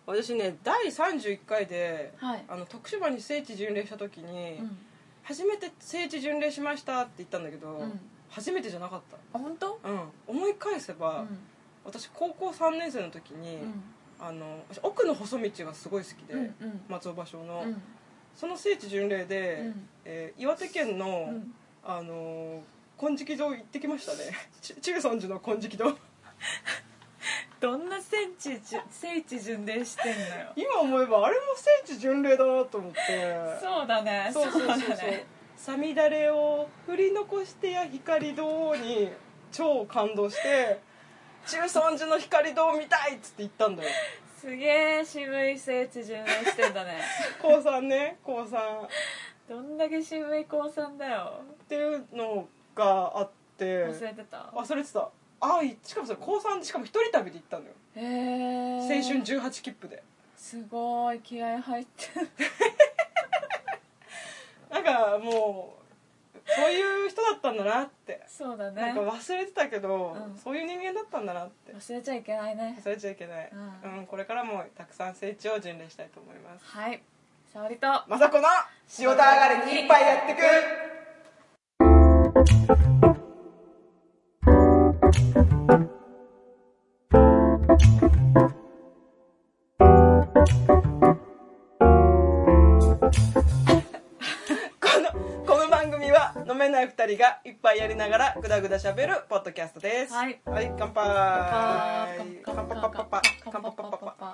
私ね第31回で、 はい、 徳島に聖地巡礼した時に、 うん、 初めて聖地巡礼しましたって言ったんだけど、 うん、 初めてじゃなかった。 あ、本当？ 思い返せば、私高校3年生の時に、私奥の細道がすごい好きで、松尾芭蕉の、その聖地巡礼で、岩手県の、金色堂行ってきましたね中尊寺の金色堂どんな聖地巡礼してんのよ。 今思えばあれも聖地巡礼だなと思って。 そうだね。 そうさみだれを振り残してや光堂に超感動して中尊寺の光堂見たいっつって行ったんだよ。 すげえ渋い聖地巡礼してんだね高3ね、高3 どんだけ渋い高3だよっていうのがあって。 忘れてた。 しかもそれ高3で、しかも一人旅で行ったんだよ。 へえ。 青春18切符で。 すごい気合入ってるなんかもうそういう人だったんだなって。 そうだね。 なんか忘れてたけど、そういう人間だったんだなって。 忘れちゃいけないね。 忘れちゃいけない、これからもたくさん聖地を巡礼したいと思います。 はい、沙織と雅子の塩田上がりに一杯やってく。この番組は飲めない2人が一杯やりながらグダグダしゃべるポッドキャストです。はい、はい、乾杯。乾杯パパパパ乾杯パパパ。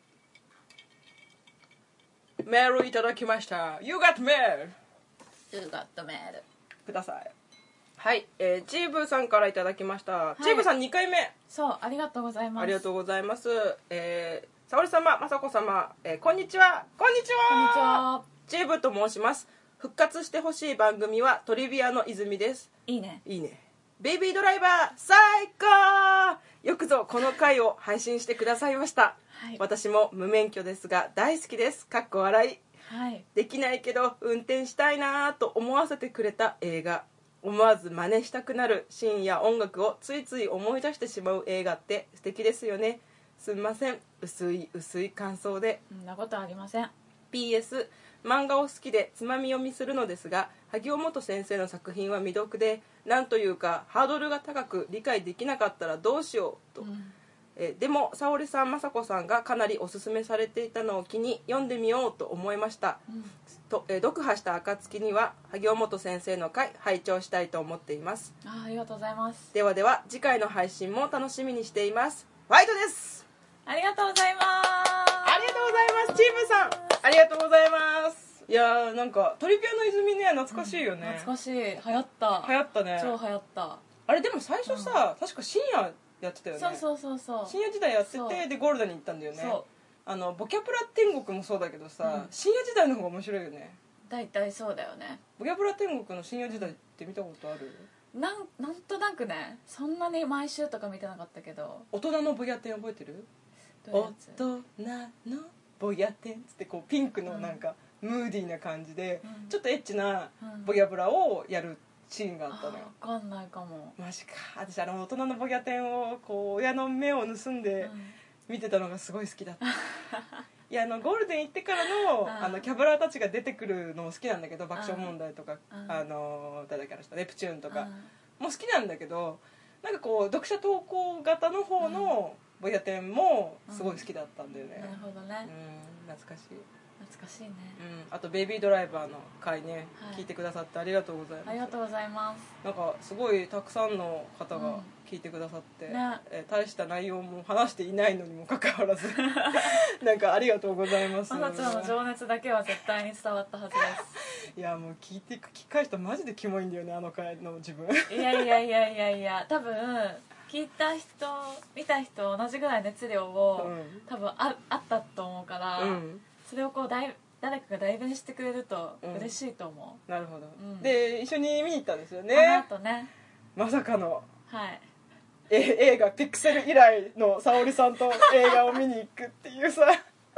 メールいただきました。 You got mail。 You got mail。 ください。はい、チーブさんからいただきました、はい、チーブさん2回目。 そう、ありがとうございます。 ありがとうございます。沙織様、雅子様、こんにちは。こんにちは。 こんにちは。 チーブと申します。復活してほしい番組はトリビアの泉です。 いいね。 いいね。ベイビードライバー最高。よくぞこの回を配信してくださいました、はい、私も無免許ですが大好きです。かっこ笑い、はい、できないけど運転したいなと思わせてくれた映画。思わず真似したくなるシーンや音楽をついつい思い出してしまう映画って素敵ですよね。すみません、薄い感想で。 そんなことありません。 PS、漫画を好きでつまみ読みするのですが、萩尾元先生の作品は未読で、なんというかハードルが高く理解できなかったらどうしようと、でも沙織さん、雅子さんがかなりおすすめされていたのを機に読んでみようと思いました、読破した暁には萩尾元先生の回拝聴したいと思っています。 ありがとうございます。 ではでは次回の配信も楽しみにしています。ファイトです。 ありがとうございます。 ありがとうございます。チームさんありがとうございます。いやー、なんかトリビアの泉ね、懐かしいよね、 懐かしい。流行ったね。 超流行った。 あれでも最初さ、確か深夜やってたよね。 そう深夜時代やってて、でゴールドに行ったんだよね。そうボキャブラ天国もそうだけどさ、深夜時代の方が面白いよね。 大体そうだよね。 ボキャブラ天国の深夜時代って見たことある？ なんとなくね、そんなに毎週とか見てなかったけど。 大人のボヤ天覚えてる？大人のボヤ天つってこうピンクのなんか、ムーディーな感じで、ちょっとエッチなボキャブラをやるシーンがあったのよ。 分かんないかも。 マジか。私大人のボキャ天をこう親の目を盗んで見てたのがすごい好きだったいやゴールデン行ってからのキャブラーたちが出てくるのも好きなんだけど、爆笑問題とか誰だっけ、あの人ネプチューンとかも好きなんだけど、なんかこう読者投稿型の方のボヤ天もすごい好きだったんだよね。 なるほどね。 懐かしい。 懐かしいね。 あとベイビードライバーの回ね、聞いてくださってありがとうございます。 ありがとうございます。 なんかすごいたくさんの方が聞いてくださって、大した内容も話していないのにもかかわらずなんかありがとうございます。 まさちゃんの情熱だけは絶対に伝わったはずです。 いやもう聞き返したらマジでキモいんだよね、あの回の自分いや多分聞いた人見た人同じぐらい熱量を、多分あったと思うから、それをこう誰かが代弁してくれると嬉しいと思う。 なるほど、で一緒に見に行ったんですよね。 あの後ね、 まさかの、 映画ピクセル以来の沙織さんと映画を見に行くっていうさ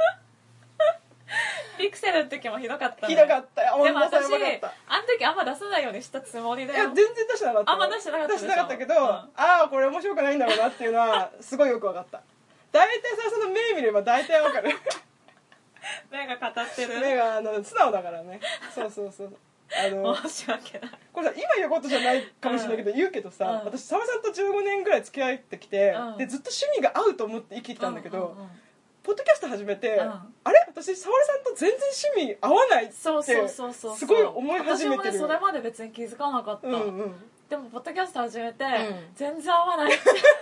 ピクセルの時もひどかったね。 ひどかったよ。 でも私あの時あんま出さないようにしたつもりだよ。 いや全然出してなかった。 あんま出してなかったでしょ。 出してなかったけど、ああこれ面白くないんだろうなっていうのはすごいよく分かった。 大体その目見れば大体わかる目が語ってる。 目が素直だからね。そうそうそう。 申し訳ない。 これさ今言うことじゃないかもしれないけど、言うけどさ、私澤さんと15年ぐらい付き合ってきて、でずっと趣味が合うと思って生きてきたんだけど、ポッドキャスト始めて、あれ私沙織さんと全然趣味合わないってすごい思い始めてる。 私もねそれまで別に気づかなかった、でもポッドキャスト始めて、全然合わないって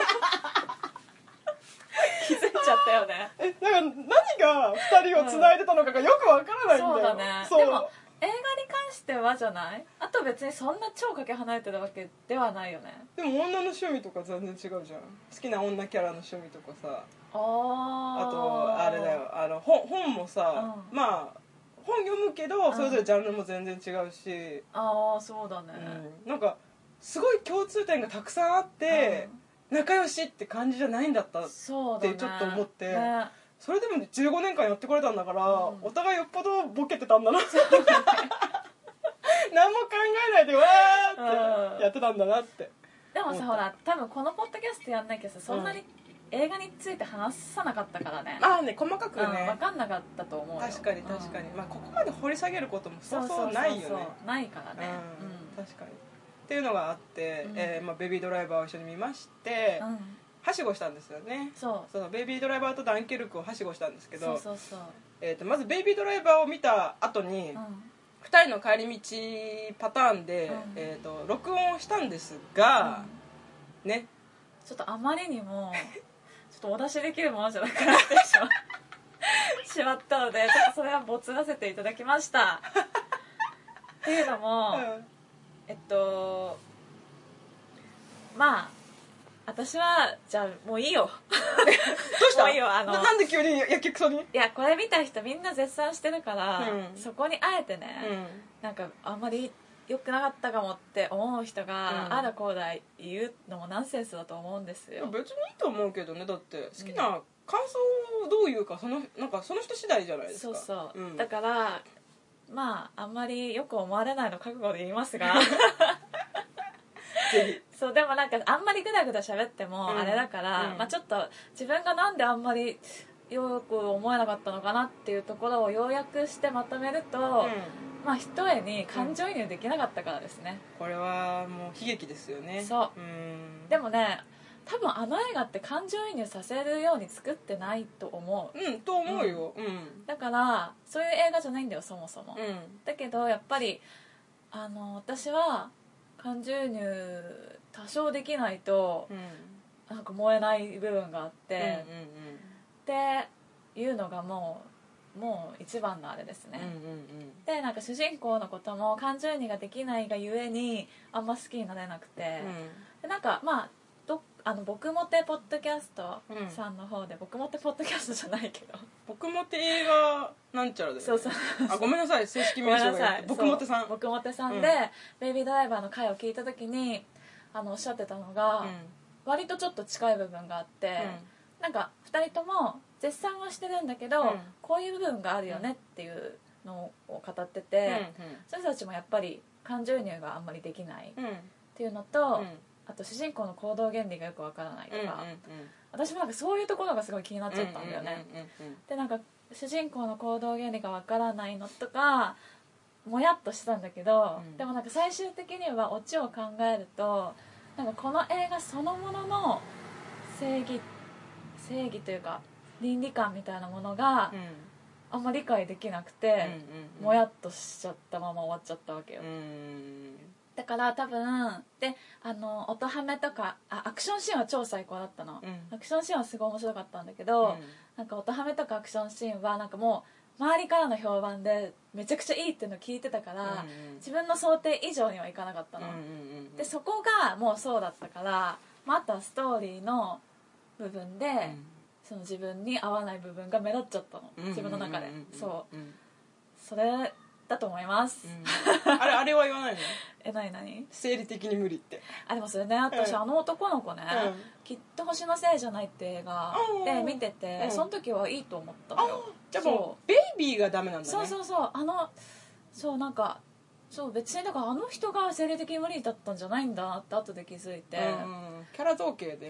気づいちゃったよね。 なんか何が2人をつないでたのかがよくわからないんだよ。 そうだね。でも映画に関してはじゃない？あと別にそんな超かけ離れてるわけではないよね。 でも女の趣味とか全然違うじゃん。好きな女キャラの趣味とかさ、あとあれだよ、本もさ、まあ本読むけどそれぞれジャンルも全然違うし、 そうだね、 なんかすごい共通点がたくさんあって、仲良しって感じじゃないんだったってちょっと思って、それでも15年間やってこれたんだから、お互いよっぽどボケてたんだなって何も考えないでわーってやってたんだなって。 でもさほら多分このポッドキャストやんないけどさそんなに映画について話さなかったからね。 細かくね、 分かんなかったと思うよ。 確かに確かに、ここまで掘り下げることもそうないよね。 ないからね、 確かにっていうのがあって、ベビードライバーを一緒に見まして、はしごしたんですよね。そうベイビードライバーとダンケルクをはしごしたんですけど、まずベイビードライバーを見た後に、2人の帰り道パターンで、録音をしたんですが、ねちょっとあまりにもちょっとお出しできるものじゃなくなってしまったので、ちょっとそれはボツらせていただきましたっていうのも、まあ私はじゃあもういいよどうした？ もういいよ。 なんで急にやけくそに？ いやこれ見た人みんな絶賛してるから、そこにあえてね、なんかあんまり良くなかったかもって思う人が、あだこうだ言うのもナンセンスだと思うんですよ。 別にいいと思うけどね。だって好きな感想をどう言うかなんかその人次第じゃないですか。 そう、だからまああんまりよく思われないの覚悟で言いますがそうでもなんかあんまりグダグダ喋ってもあれだから、ちょっと自分がなんであんまりよく思えなかったのかなっていうところを要約してまとめると、ひとえに感情移入できなかったからですね、 これはもう悲劇ですよね。 でもね多分あの映画って感情移入させるように作ってないと思う。 と思うよ、 だからそういう映画じゃないんだよそもそも、だけどやっぱり私は感情移入多少できないと、なんか燃えない部分があって、っていうのがもう一番のあれですね、でなんか主人公のことも感情移入ができないがゆえにあんま好きになれなくて、でなんか僕もてポッドキャストさんの方で、僕もてポッドキャストじゃないけど僕もて映画なんちゃらだよね。そうごめんなさい正式名称が僕もてさんで、ベイビードライバーの回を聞いた時におっしゃってたのが、割とちょっと近い部分があって、なんか2人とも絶賛はしてるんだけど、こういう部分があるよねっていうのを語ってて、その人たちもやっぱり感情移入があんまりできないっていうのと、あと主人公の行動原理がよくわからないとか、私もなんかそういうところがすごい気になっちゃったんだよね。でなんか主人公の行動原理がわからないのとかもやっとしたんだけど、でもなんか最終的にはオチを考えるとなんかこの映画そのものの正義というか倫理観みたいなものがあんまり理解できなくて、もやっとしちゃったまま終わっちゃったわけよ。だから多分で音ハメとかアクションシーンは超最高だったの、アクションシーンはすごい面白かったんだけど、なんか音ハメとかアクションシーンはなんかもう周りからの評判でめちゃくちゃいいっていうのを聞いてたから、自分の想定以上にはいかなかったの、でそこがもうそうだったから、あとはストーリーの部分で、その自分に合わない部分が目立っちゃったの、自分の中で。それだと思います、 あれは言わないの？ 何生理的に無理って。 でもそれね、私あの男の子ね、きっと星のせいじゃないって映画で見てて、その時はいいと思ったのよ。 じゃあもうベイビーがダメなんだね。 そうなんか別にだからあの人が生理的に無理だったんじゃないんだなって後で気づいて、 キャラ造形で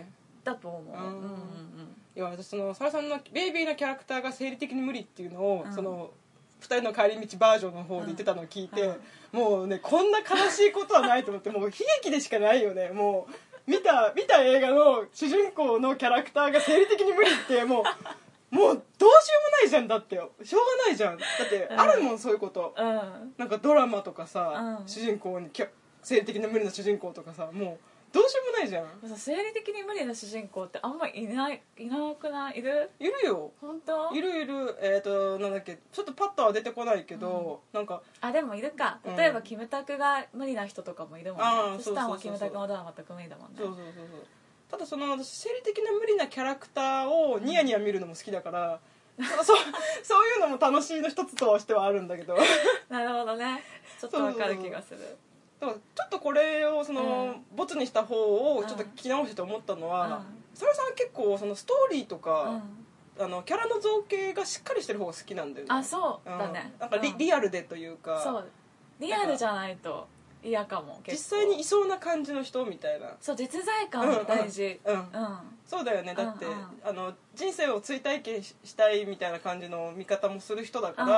だと思う。 いや私そのサラさんのベイビーのキャラクターが生理的に無理っていうのを、その2人の帰り道バージョンの方で言ってたのを聞いて、もうねこんな悲しいことはないと思って、もう悲劇でしかないよね。もう見た映画の主人公のキャラクターが生理的に無理ってもうどうしようもないじゃん。だってしょうがないじゃん。だってあるもんそういうこと、なんかドラマとかさ、主人公に生理的な無理な主人公とかさ、もうどうしようもないじゃん。 生理的に無理な主人公ってあんまいなくない？いるよ。本当？ いる。なんだっけ、ちょっとパッとは出てこないけど、なんかでもいるか。例えばキムタクが無理な人とかもいるもんね。そしたらキムタクのドラマ全く無理だもんね。 そうただその私生理的な無理なキャラクターをニヤニヤ見るのも好きだから、そういうのも楽しいの一つとしてはあるんだけどなるほどね。ちょっとわかる気がする。 だからちょっとこれをその、ボツにした方をちょっと聞き直して思ったのは、サラさんは結構そのストーリーとか、キャラの造形がしっかりしてる方が好きなんだよね。 そうだね。 なんかリアルでというか、 そうリアルじゃないと嫌かも。 実際にいそうな感じの人みたいな。 そう、実在感大事。 そうだよね。だって人生を追体験したいみたいな感じの見方もする人だから、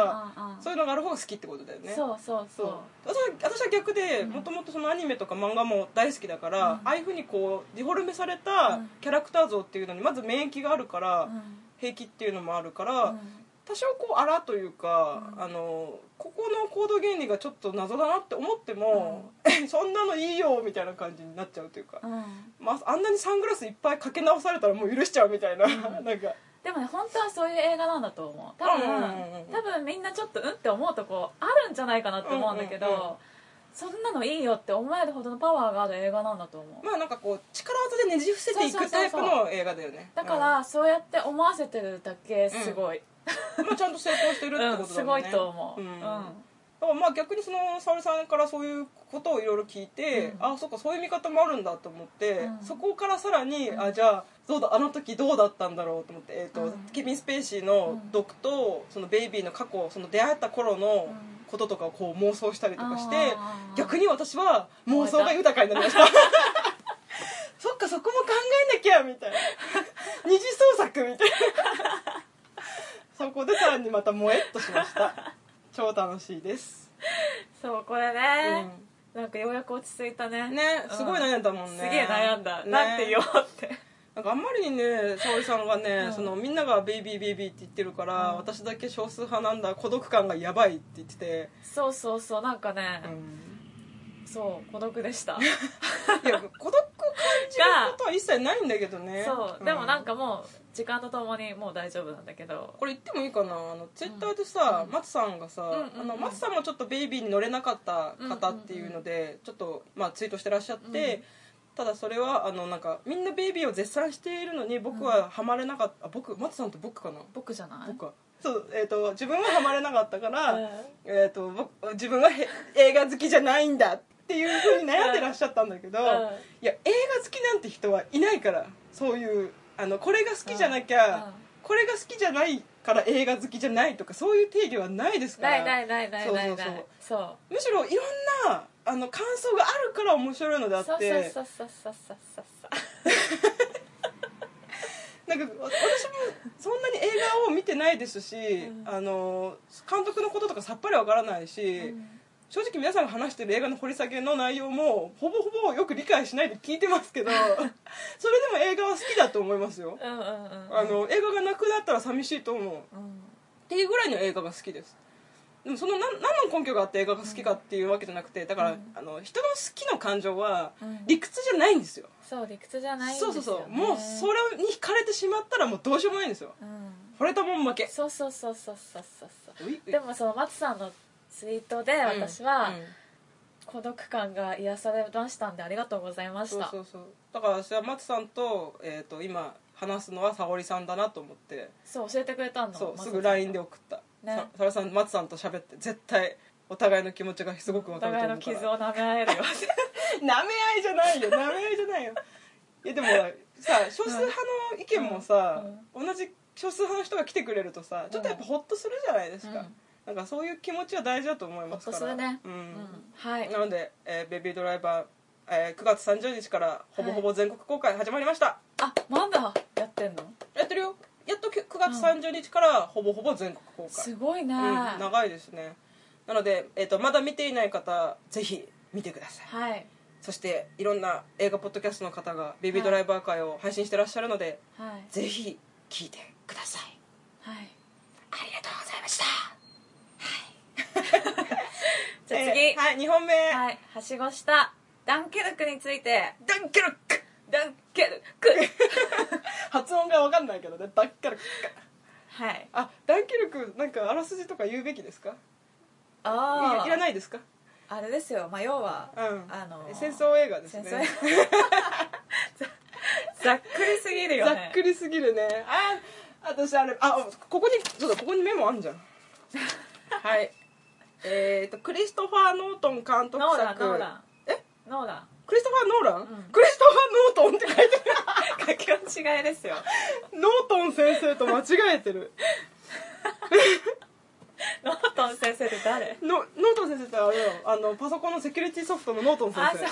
そういうのがある方が好きってことだよね。 そう私は逆で、もともとそのアニメとか漫画も大好きだから、ああいうふうにこうデフォルメされたキャラクター像っていうのにまず免疫があるから、平気っていうのもあるから、多少こうあらというか、ここの行動原理がちょっと謎だなって思っても、そんなのいいよみたいな感じになっちゃうというか、あんなにサングラスいっぱいかけ直されたらもう許しちゃうみたいな、なんかでもね、本当はそういう映画なんだと思う。多分みんなちょっとって思うとこあるんじゃないかなって思うんだけど、そんなのいいよって思えるほどのパワーがある映画なんだと思う。 なんかこう力技でねじ伏せていくタイプの映画だよね。 だからそうやって思わせてるだけすごい、 ちゃんと成功してるってことだもんね。 すごいと思う。 だから逆にその沙織さんからそういうことをいろいろ聞いて、そっかそういう見方もあるんだと思って、そこからさらにじゃああの時どうだったんだろうと思って、ケビン・スペイシーの毒とそのベイビーの過去、その出会った頃のこととかをこう妄想したりとかして、逆に私は妄想が豊かになりましたそっか、そこも考えなきゃみたいな二次創作みたいなそこでさらにまた萌えっとしました超楽しいです。 そうこれね、なんかようやく落ち着いたね。 すごい悩んだもんね。 すげえ悩んだ、なんて言おうってなんかあんまりにね、沙織さんがね、そのみんながベイビーベイビーって言ってるから、私だけ少数派なんだ、孤独感がやばいって言ってて、 そうなんかね、そう孤独でしたいや孤独感じることは一切ないんだけどね。 そうでもなんかもう時間とともにもう大丈夫なんだけど、 これ言ってもいいかな、ツイッターでさ、松さんがさ、松さんもちょっとベイビーに乗れなかった方っていうのでちょっとツイートしてらっしゃって、ただそれはなんかみんなベイビーを絶賛しているのに僕はハマれなかった、松さんって僕かな、 僕じゃない、 僕はそう、自分はハマれなかったから、自分は映画好きじゃないんだっていうふうに悩んでらっしゃったんだけど、いや映画好きなんて人はいないから、そういうこれが好きじゃなきゃ、これが好きじゃないから映画好きじゃないとかそういう定義はないですから。 ないそうむしろいろんな感想があるから面白いのであって、 そうなんか私もそんなに映画を見てないですし、監督のこととかさっぱりわからないし、正直皆さんが話してる映画の掘り下げの内容もほぼほぼよく理解しないで聞いてますけどそれでも映画は好きだと思いますよ。映画がなくなったら寂しいと思う、っていうぐらいの映画が好きです。でもその何の根拠があって映画が好きかっていうわけじゃなくて、だから、人の好きの感情は理屈じゃないんですよ。 そう理屈じゃないんですよね。 そうもうそれに惹かれてしまったらもうどうしようもないんですよ、惚れたもん負け。 そうでもその松さんのツイートで私は、孤独感が癒されましたんでありがとうございました。 そうだから私は松さんと、今話すのは沙織さんだなと思って、 そう教えてくれたんだ。 そうすぐ LINE で送った、沙織さん松さんと喋って絶対お互いの気持ちがすごく分かると思うから、 お互いの傷を舐め合えるよ舐め合いじゃないよいやでもさ、少数派の意見もさ、同じ少数派の人が来てくれるとさ、ちょっとやっぱホッとするじゃないですか、なんかそういう気持ちは大事だと思いますから。 ホッとするね、はい。 なので、ベビードライバー、9月30日からほぼほぼ全国公開始まりました、 まだやってんの？ やってるよ。やっと9月30日からほぼほぼ全国公開。 すごいね、 長いですね。なので、まだ見ていない方ぜひ見てください。 はい。 そしていろんな映画ポッドキャストの方がベイビードライバー会を配信してらっしゃるので、 はい、 ぜひ聞いてください。 はい、 ありがとうございました。 はいじゃあ次、 はい、2本目、 はい、はしごしたダンケルクについて。 ダンケルク発音が分かんないけどね。ダンケルク。 はい。 ダンケルクなんかあらすじとか言うべきですか？いらないですか？ あれですよ、要は、 戦争映画ですね。 ざっくりすぎるよね。 ざっくりすぎるね。私あれここにメモあんじゃん。はい。クリストファー・ノートン監督作。 ノーランクリストファー・ノーラン、クリストファー・ノートンって書いてる。 書き間違いですよ。 ノートン先生と間違えてる。 ノートン先生って誰？ ノートン先生ってパソコンのセキュリティソフトのノートン先生。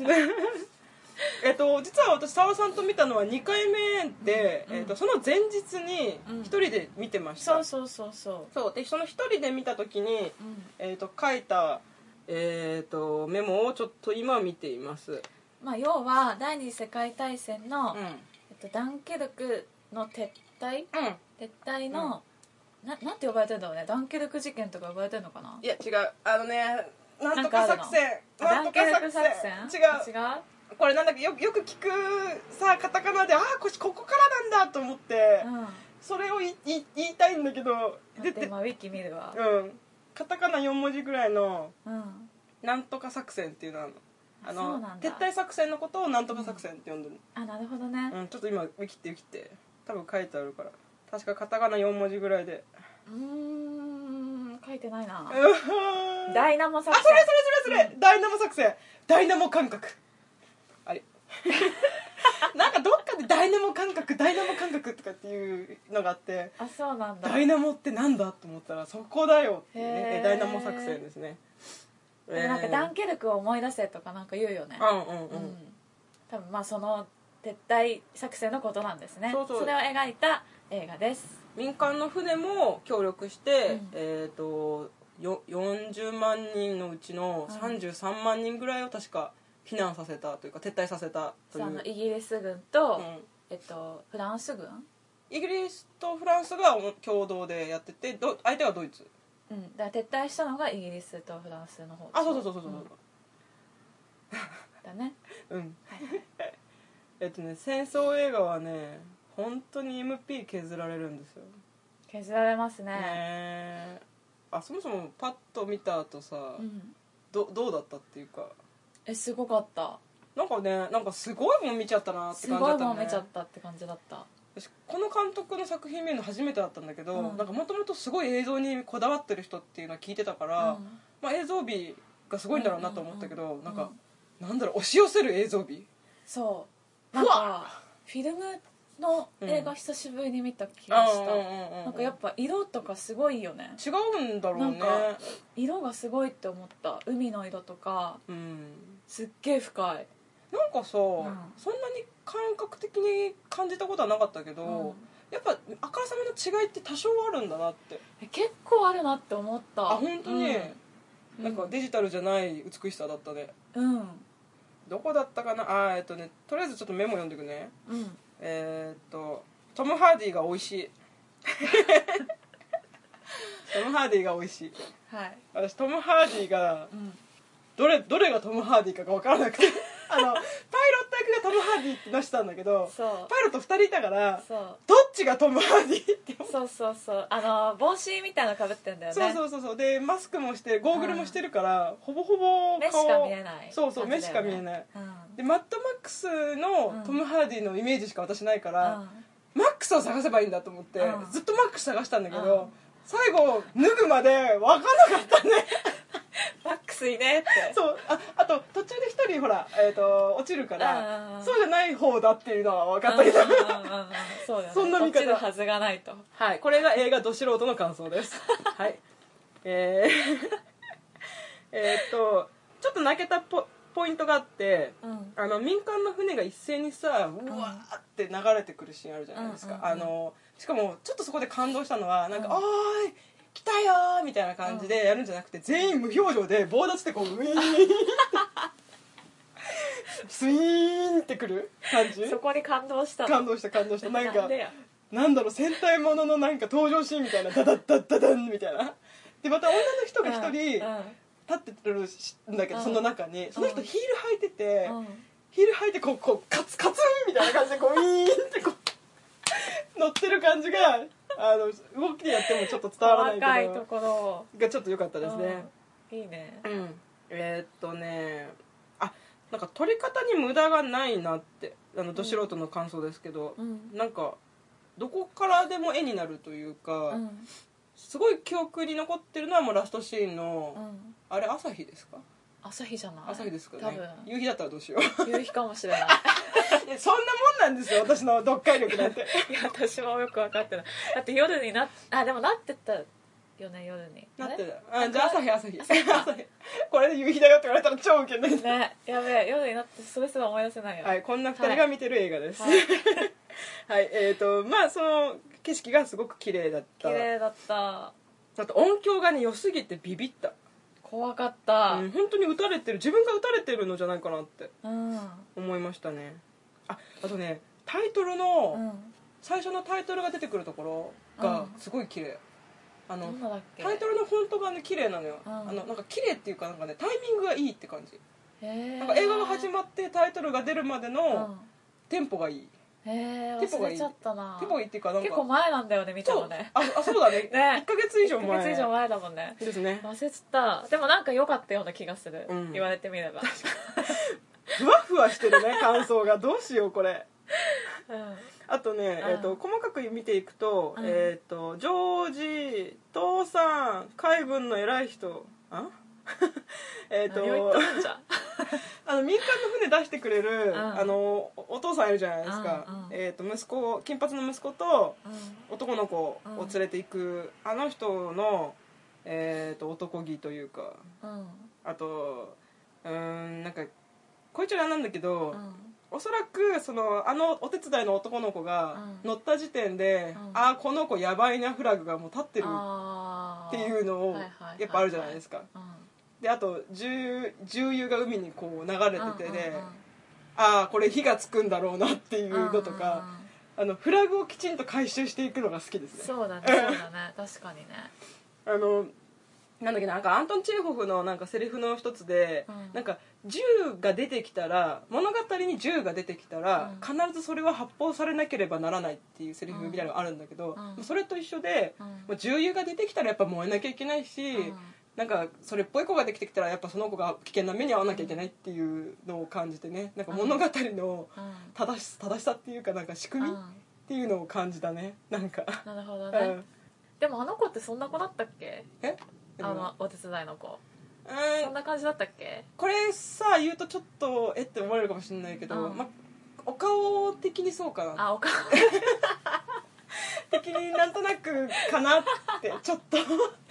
実は私澤さんと見たのは2回目で、その前日に1人で見てました。 そうでその1人で見た時に、書いた、メモをちょっと今見ています。 要は第二次世界大戦の、ダンケルクの撤退の、なんて呼ばれてるんだろうね。ダンケルク事件とか呼ばれてるのかな。 いや違う、なんとか作戦。 ダンケルク作戦違う。 これなんだっけ、よく聞くさ、カタカナでここからなんだと思って、それを言いたいんだけど、 待って今ウィキ見るわ。 カタカナ4文字ぐらいの、なんとか作戦っていうのは撤退作戦のことをなんとか作戦って呼んでる。 なるほどね。 ちょっと今ウィキって多分書いてあるから、確かカタカナ4文字ぐらいで。 書いてないな。ダイナモ作戦。 それ、ダイナモ作戦、ダイナモ感覚。あれなんかどっかでダイナモ感覚とかっていうのがあって、 そうなんだ。 ダイナモってなんだと思ったらそこだよってね。ダイナモ作戦ですね。 なんかダンケルクを思い出せとかなんか言うよね。多分その撤退作戦のことなんですね。それを描いた映画です。 民間の船も協力して、40万人のうちの33万人ぐらいを確か避難させたというか撤退させたという。 イギリス軍と、フランス軍、 イギリスとフランスが共同でやってて、相手はドイツ。 だから撤退したのがイギリスとフランスの方。 そうだね。 戦争映画はね、本当に MP 削られるんですよ。 削られますね。 そもそもパッと見た後さ、どうだったっていうか。 すごかった。 なんかすごいもん見ちゃったなって感じだったね。 すごいもん見ちゃったって感じだった。 私この監督の作品見るの初めてだったんだけど、なんかもともとすごい映像にこだわってる人っていうのは聞いてたから、映像美がすごいんだろうなと思ったけど、なんだろう、押し寄せる映像美。 なんかフィルムの映画久しぶりに見た気がした。なんかやっぱ色とかすごいよね。 違うんだろうね。なんか色がすごいって思った。海の色とか、すっげえ深い。 なんかさ、そんなに感覚的に感じたことはなかったけど、やっぱあからさまの違いって多少あるんだなって。 結構あるなって思った。 本当に、なんかデジタルじゃない美しさだったね。どこだったかな。とりあえずちょっとメモ読んでくね。トム・ハーディが美味しい。トム・ハーディが美味しい。私トム・ハーディが、どれがトム・ハーディかが分からなくてパイロット役がトム・ハーディって出したんだけど、パイロット2人いたから、どっちがトム・ハーディって思う。 帽子みたいなのかぶってんだよね。 そうでマスクもしてゴーグルもしてるから、ほぼほぼ顔目しか見えない。 目しか見えない。でマッドマックスのトム・ハーディのイメージしか私ないから、マックスを探せばいいんだと思って、ずっとマックス探したんだけど、最後脱ぐまで分かんなかったね。 マックスいねって。 あと途中で一人ほら、落ちるから、そうじゃない方だっていうのは分かったけど、 そうだね、 そんな見方。 落ちるはずがないと。 これが映画ど素人の感想です。ちょっと泣けたっぽポイントがあって、 うん、 民間の船が一斉にさうわーって流れてくるシーンあるじゃないですか、しかもちょっとそこで感動したのはなんか、おーい来たよーみたいな感じでやるんじゃなくて、全員無表情で棒立ちでこうウィーンスイーンってくる感じ。 そこに感動したなんかなんだろう、戦隊もののなんか登場シーンみたいな、ダダッダッダダンみたいな。でまた女の人が一人立ってるんだけど、その中にその人ヒール履いてて、ヒール履いてこうカツカツンみたいな感じでこうウィーンってこう乗ってる感じが動きでやってもちょっと伝わらないけど、 細かいところがちょっと良かったですね。 いいね。 なんか撮り方に無駄がないなって、ど素人の感想ですけど、なんかどこからでも絵になるというか、すごい記憶に残ってるのはもうラストシーンの、あれ朝日ですか？ 朝日じゃない？ 朝日ですかね。 多分夕日だったらどうしよう。 夕日かもしれない。 そんなもんなんですよ、私の読解力なんて。 いや私もよく分かってない。だって夜にでもなってたよね、夜になってた。じゃあ朝日これで夕日だよって言われたら超ウケるね。やべえ、夜になってそれすら思い出せないよ。 はい、こんな2人が見てる映画です。はい、はい、まあその景色がすごく綺麗だった。 綺麗だった。 あと音響がね良すぎてビビった。 怖かった。 本当に撃たれてる、自分が撃たれてるのじゃないかなって思いましたね。あとね、タイトルの、最初のタイトルが出てくるところがすごい綺麗。タイトルのフォントがね綺麗なのよ。なんか綺麗っていうか、なんかねタイミングがいいって感じ。なんか映画が始まってタイトルが出るまでのテンポがいい。 忘れちゃったな。 テンポがいいっていうか、なんか結構前なんだよね、見たのね。 そうだね。1ヶ月以上前。 1ヶ月以上前だもんね。 ですね。 忘れちゃった。でもなんか良かったような気がする。言われてみれば。 ふわふわしてるね、感想が。どうしようこれ。あとね、細かく見ていくと、ジョージ、父さん、海軍の偉い人、 何を言ってるんじゃ民間の船出してくれる、お父さんいるじゃないですか、息子、金髪の息子と男の子を連れていく、あの人の、男気というか、あとなんかこいつらなんだけど、おそらくお手伝いの男の子が乗った時点で、この子やばいなフラグがもう立ってるっていうのをやっぱあるじゃないですか。であと重油が海にこう流れててで、これ火がつくんだろうなっていうのとか、フラグをきちんと回収していくのが好きですね。 そうだね確かにね。 なんだっけな、なんかアントン・チェーホフのなんかセリフの一つで、なんか銃が出てきたら、物語に銃が出てきたら、必ずそれは発砲されなければならないっていうセリフみたいなのがあるんだけど、それと一緒で、銃油が出てきたらやっぱ燃えなきゃいけないし、なんかそれっぽい子ができてきたらやっぱその子が危険な目に遭わなきゃいけないっていうのを感じてね、なんか物語の正しさっていうか、なんか仕組みっていうのを感じたね。なんかなるほどね。でもあの子ってそんな子だったっけ？お手伝いの子、そんな感じだったっけ？これさ言うとちょっとって思われるかもしれないけど、お顔的にそうかな。 お顔的になんとなくかなってちょっと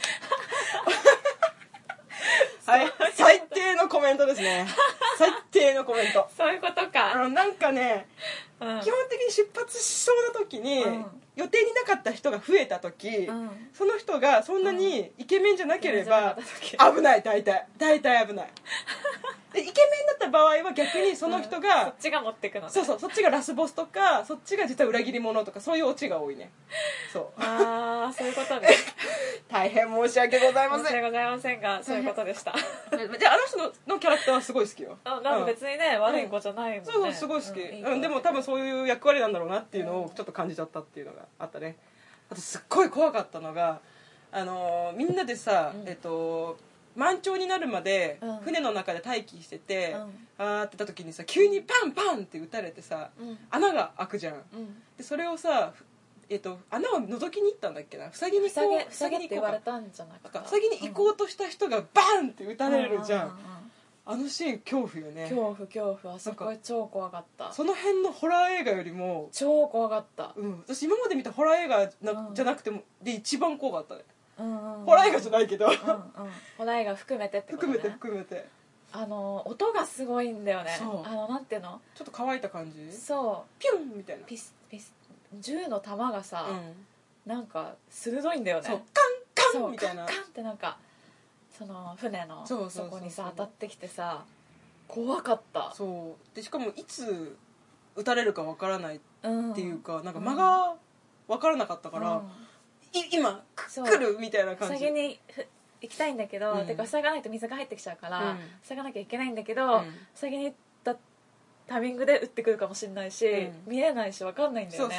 はい、最低のコメントですね。最低のコメント。 そういうことか。 なんかね、基本的に出発しそうな時に、予定になかった人が増えた時、その人がそんなにイケメンじゃなければ危ない。大体危ない。でイケメンだった場合は逆にその人が、 そっちが持ってくのね。 そっちがラスボスとか、そっちが実は裏切り者とか、そういうオチが多いね。 そういうことね。 大変申し訳ございません。 申し訳ございませんが、そういうことでした。 じゃあ人のキャラクターはすごい好きよ。 なんか別にね、悪い子じゃないもんね。 そうすごい好き。でも多分そういう役割なんだろうなっていうのをちょっと感じちゃったっていうのがあったね。あとすっごい怖かったのが、みんなでさ、満潮になるまで船の中で待機してて、って言った時にさ、急にパンパンって撃たれてさ、穴が開くじゃん。でそれをさ、穴を覗きに行ったんだっけな、塞ぎに行こう、 塞ぎって言われたんじゃないかな。 塞ぎに行こうとした人がバンって撃たれるじゃん。あのシーン恐怖よね。 恐怖。あそこ超怖かった。 その辺のホラー映画よりも超怖かった。 私今まで見たホラー映画じゃなくてもで一番怖かったね。ホラー映画じゃないけど、 ホラー映画含めてってことね。 含めて音がすごいんだよね。なんていうの、 ちょっと乾いた感じ。 そうピュンみたいな。 ピス銃の弾がさ、なんか鋭いんだよね。 そうカンカンみたいな、 カンカンってなんかその船のそこにさ当たってきてさ、怖かった。 そうで、しかもいつ撃たれるかわからないっていうか、なんか間がわからなかったから、今来るみたいな感じ。 先に行きたいんだけど、てか塞がないと水が入ってきちゃうから、塞がなきゃいけないんだけど、先に行ったタイミングで撃ってくるかもしれないし、見えないし分かんないんだよね。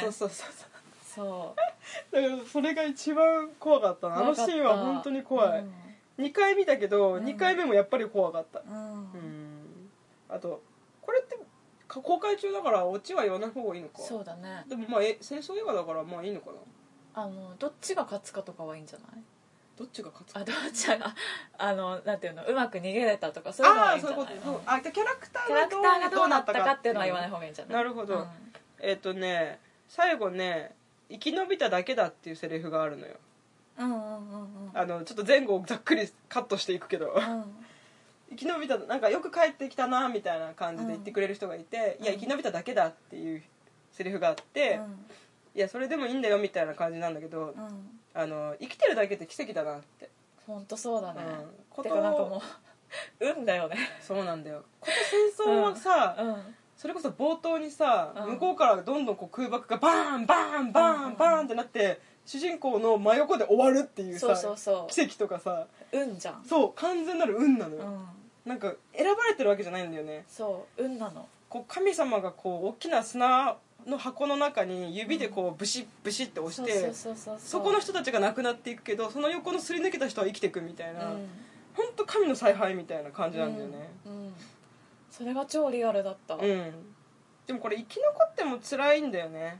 だからそれが一番怖かったな。あのシーンは本当に怖い。2回見たけど、2回目もやっぱり怖かった。あとこれって公開中だからオチは言わない方がいいのか。 そうだね。 でもまあ戦争映画だからまあいいのかな。 どっちが勝つかとかはいいんじゃない？ どっちが勝つか。 どっちがなんていうの、うまく逃げれたとかそういうのはいいんじゃない？ そういうこと。キャラクターがどうなったかっていうのは言わない方がいいんじゃない？ なるほど。最後ね、生き延びただけだっていうセリフがあるのよ。ちょっと前後をざっくりカットしていくけど、生き延びた、なんかよく帰ってきたなみたいな感じで言ってくれる人がいて、いや生き延びただけだっていうセリフがあって、いやそれでもいいんだよみたいな感じなんだけど、生きてるだけって奇跡だなって。 本当そうだね。てかなんかもう運だよね。 そうなんだよ。この戦争はさ、それこそ冒頭にさ、向こうからどんどんこう空爆がバーンバーンバーンバーンってなって、主人公の真横で終わるっていうさ、奇跡とかさ、 運じゃん。 そう完全なる運なのよ。なんか選ばれてるわけじゃないんだよね。 そう運なの。 こう神様がこう大きな砂の箱の中に指でこうブシッブシッって押して、そこの人たちが亡くなっていくけど、その横のすり抜けた人は生きていくみたいな、本当神の采配みたいな感じなんだよね。 それが超リアルだった。 でもこれ生き残っても辛いんだよね。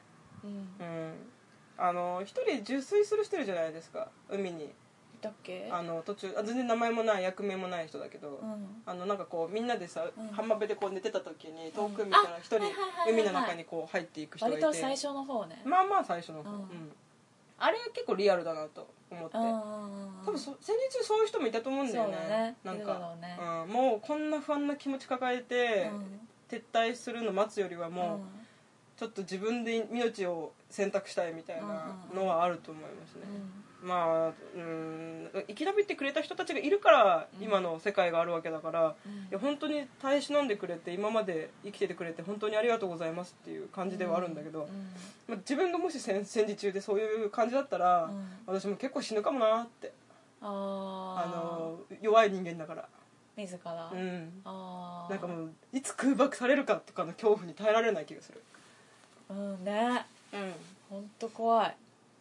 一人受水する人いるじゃないですか、海に。 だっけ？ 途中全然名前もない役名もない人だけど、なんかこうみんなでさ、浜辺でこう寝てた時に遠くみたいな一人海の中にこう入っていく人がいて、 割と最初の方ね。 まあまあ最初の方、あれ結構リアルだなと思って、多分戦時中そういう人もいたと思うんだよね。なんかもうこんな不安な気持ち抱えて撤退するの待つよりはもうちょっと自分で命を選択したいみたいなのはあると思いますね。まあ生き延びてくれた人たちがいるから今の世界があるわけだから、いや本当に耐え忍んでくれて今まで生きててくれて本当にありがとうございますっていう感じではあるんだけど、自分がもし戦時中でそういう感じだったら、私も結構死ぬかもなって。弱い人間だから自ら、 なんかもういつ空爆されるかとかの恐怖に耐えられない気がする。 ね、本当怖い。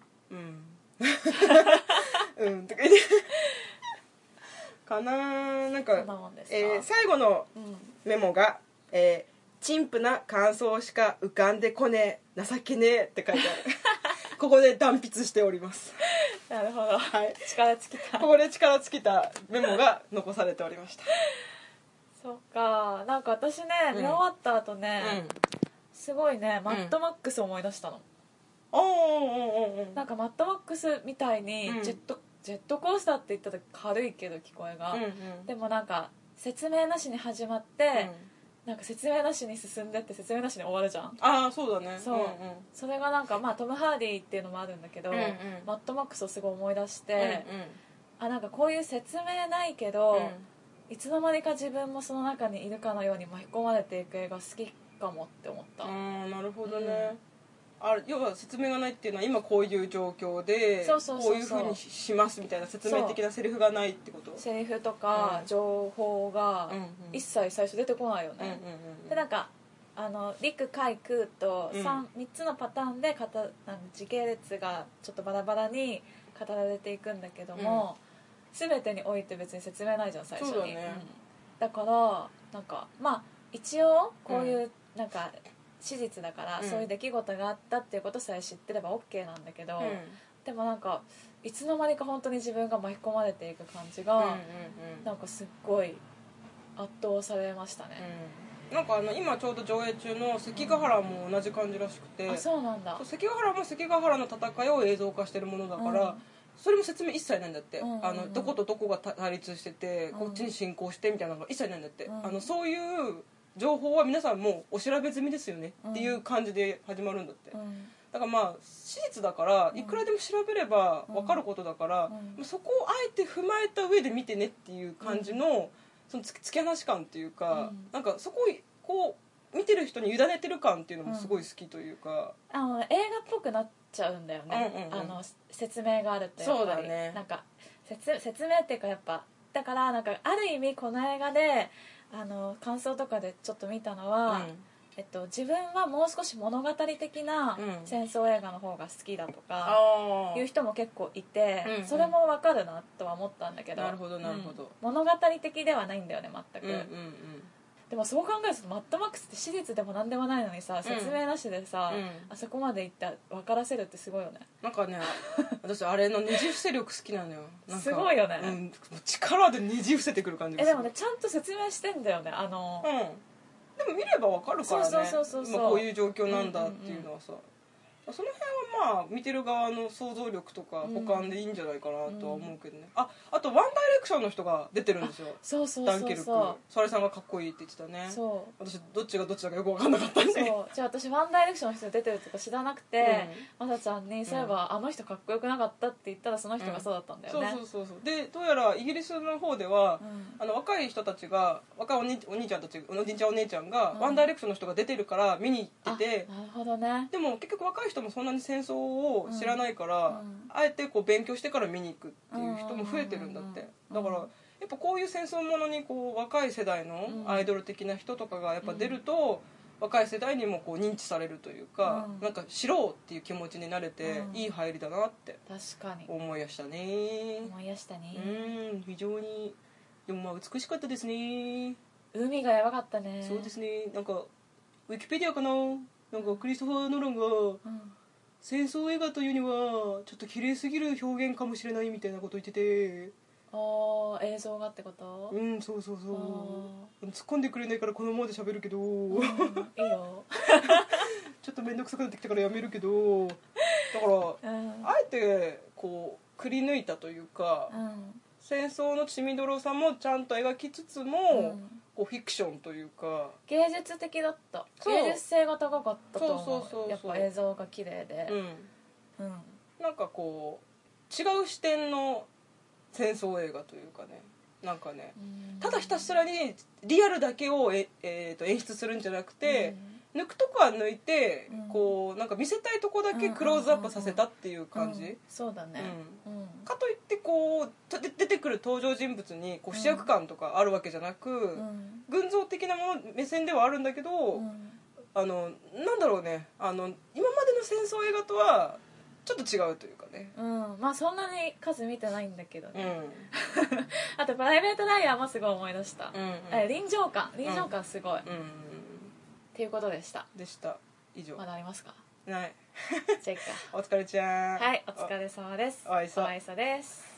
とか言ってかな。なんか最後のメモが陳腐な感想しか浮かんでこねえ情けねえって書いてあるここで断筆しております。 なるほど、力尽きた。 ここで力尽きたメモが残されておりました。 そっか。なんか私ね、見終わった後ね、すごいねマッドマックスを思い出したの。なんかマッドマックスみたいにジェットコースターって言ったら軽いけど聞こえが、でもなんか説明なしに始まって、なんか説明なしに進んでって説明なしに終わるじゃん。 そうだね。 それがなんかまあトム・ハーディっていうのもあるんだけど、マッドマックスをすごい思い出して、なんかこういう説明ないけど、いつの間にか自分もその中にいるかのように巻き込まれていく映画好きかもって思った。 なるほどね。要は説明がないっていうのは今こういう状況でこういう風にしますみたいな説明的なセリフがないってこと？セリフとか情報が一切最初出てこないよね。でなんか陸海空と 3つのパターンで時系列がちょっとバラバラに語られていくんだけども、全てにおいて別に説明ないじゃん最初に。だからなんかまあ一応こういうなんか史実だから、そういう出来事があったっていうことさえ知ってれば OK なんだけど、でもなんかいつの間にか本当に自分が巻き込まれていく感じが、なんかすっごい圧倒されましたね。 なんか今ちょうど上映中の関ヶ原も同じ感じらしくて、 そうなんだ。 関ヶ原も関ヶ原の戦いを映像化してるものだから、 それも説明一切ないんだって、 うんうんうん、 どことどこが対立してて、こっちに進行してみたいなのが一切ないんだって、そういう情報は皆さんもうお調べ済みですよねっていう感じで始まるんだって、だからまあ史実だからいくらでも調べれば分かることだから、そこをあえて踏まえた上で見てねっていう感じの、その突き放し感っていうか、なんかそこをこう見てる人に委ねてる感っていうのもすごい好きというか、 映画っぽくなっちゃうんだよね、説明があるとやっぱりそうだね、 なんか説明っていうかやっぱだからなんかある意味この映画で感想とかでちょっと見たのは、自分はもう少し物語的な戦争映画の方が好きだとかいう人も結構いて、それも分かるなとは思ったんだけど、 なるほどなるほど、 物語的ではないんだよね全く、でもそう考えるとマッドマックスって史実でも何でもないのにさ、説明なしでさ、あそこまでいって分からせるってすごいよね。 なんかね私あれのねじ伏せ力好きなのよ。なんかすごいよね、 力でねじ伏せてくる感じがする。 でもねちゃんと説明してんだよねでも見ればわかるからね、今こういう状況なんだっていうのはさ、その辺はまあ見てる側の想像力とか補完でいいんじゃないかなとは思うけどね、あとワンダイレクションの人が出てるんですよ。ダンケルク、それさんがかっこいいって言ってたね。私どっちがどっちだかよく分かんなかったんで、 じゃあ私ワンダイレクションの人が出てるとか知らなくて、まさちゃんにそういえばあの人かっこよくなかったって言ったらその人がそうだったんだよね。 そうでどうやらイギリスの方では、若い人たちが若いお兄ちゃんたちおじいちゃんお姉ちゃんが、ワンダイレクションの人が出てるから見に行ってて、 なるほどね。 でも結局若い人もそんなに戦争を知らないから、あえてこう勉強してから見に行くっていう人も増えてるんだって、だからやっぱこういう戦争ものにこう若い世代のアイドル的な人とかがやっぱ出ると、若い世代にもこう認知されるというか、なんか知ろうっていう気持ちになれて、いい入りだなって確かに思いやしたね。非常にでもまあ美しかったですね。 海がやばかったね。 そうですね。なんかウィキペディアかな、なんかクリストファー・ノランが、戦争映画というにはちょっと綺麗すぎる表現かもしれないみたいなこと言ってて、 映像がってこと？ そう突っ込んでくれないからこのままで喋るけど、いいよちょっと面倒くさくなってきたからやめるけど、だから、あえてこうくり抜いたというか、戦争の血みどろさもちゃんと描きつつも、こうフィクションというか芸術的だった。芸術性が高かったと思う。やっぱ映像が綺麗で、 なんかこう違う視点の戦争映画というかね、なんかね、ただひたすらにリアルだけを演出するんじゃなくて、抜くとこは抜いて、こうなんか見せたいとこだけクローズアップさせたっていう感じ。 そうだね、 かといってこう出てくる登場人物にこう主役感とかあるわけじゃなく、群像的な目線ではあるんだけど、なんだろうね、今までの戦争映画とはちょっと違うというかね、 まあそんなに数見てないんだけどね、あとプライベートダイヤもすごい思い出した、臨場感すごい、っていうことでした。以上。まだありますか？ない。じゃあいいか。お疲れちゃん。はい、お疲れ様です。おいそです。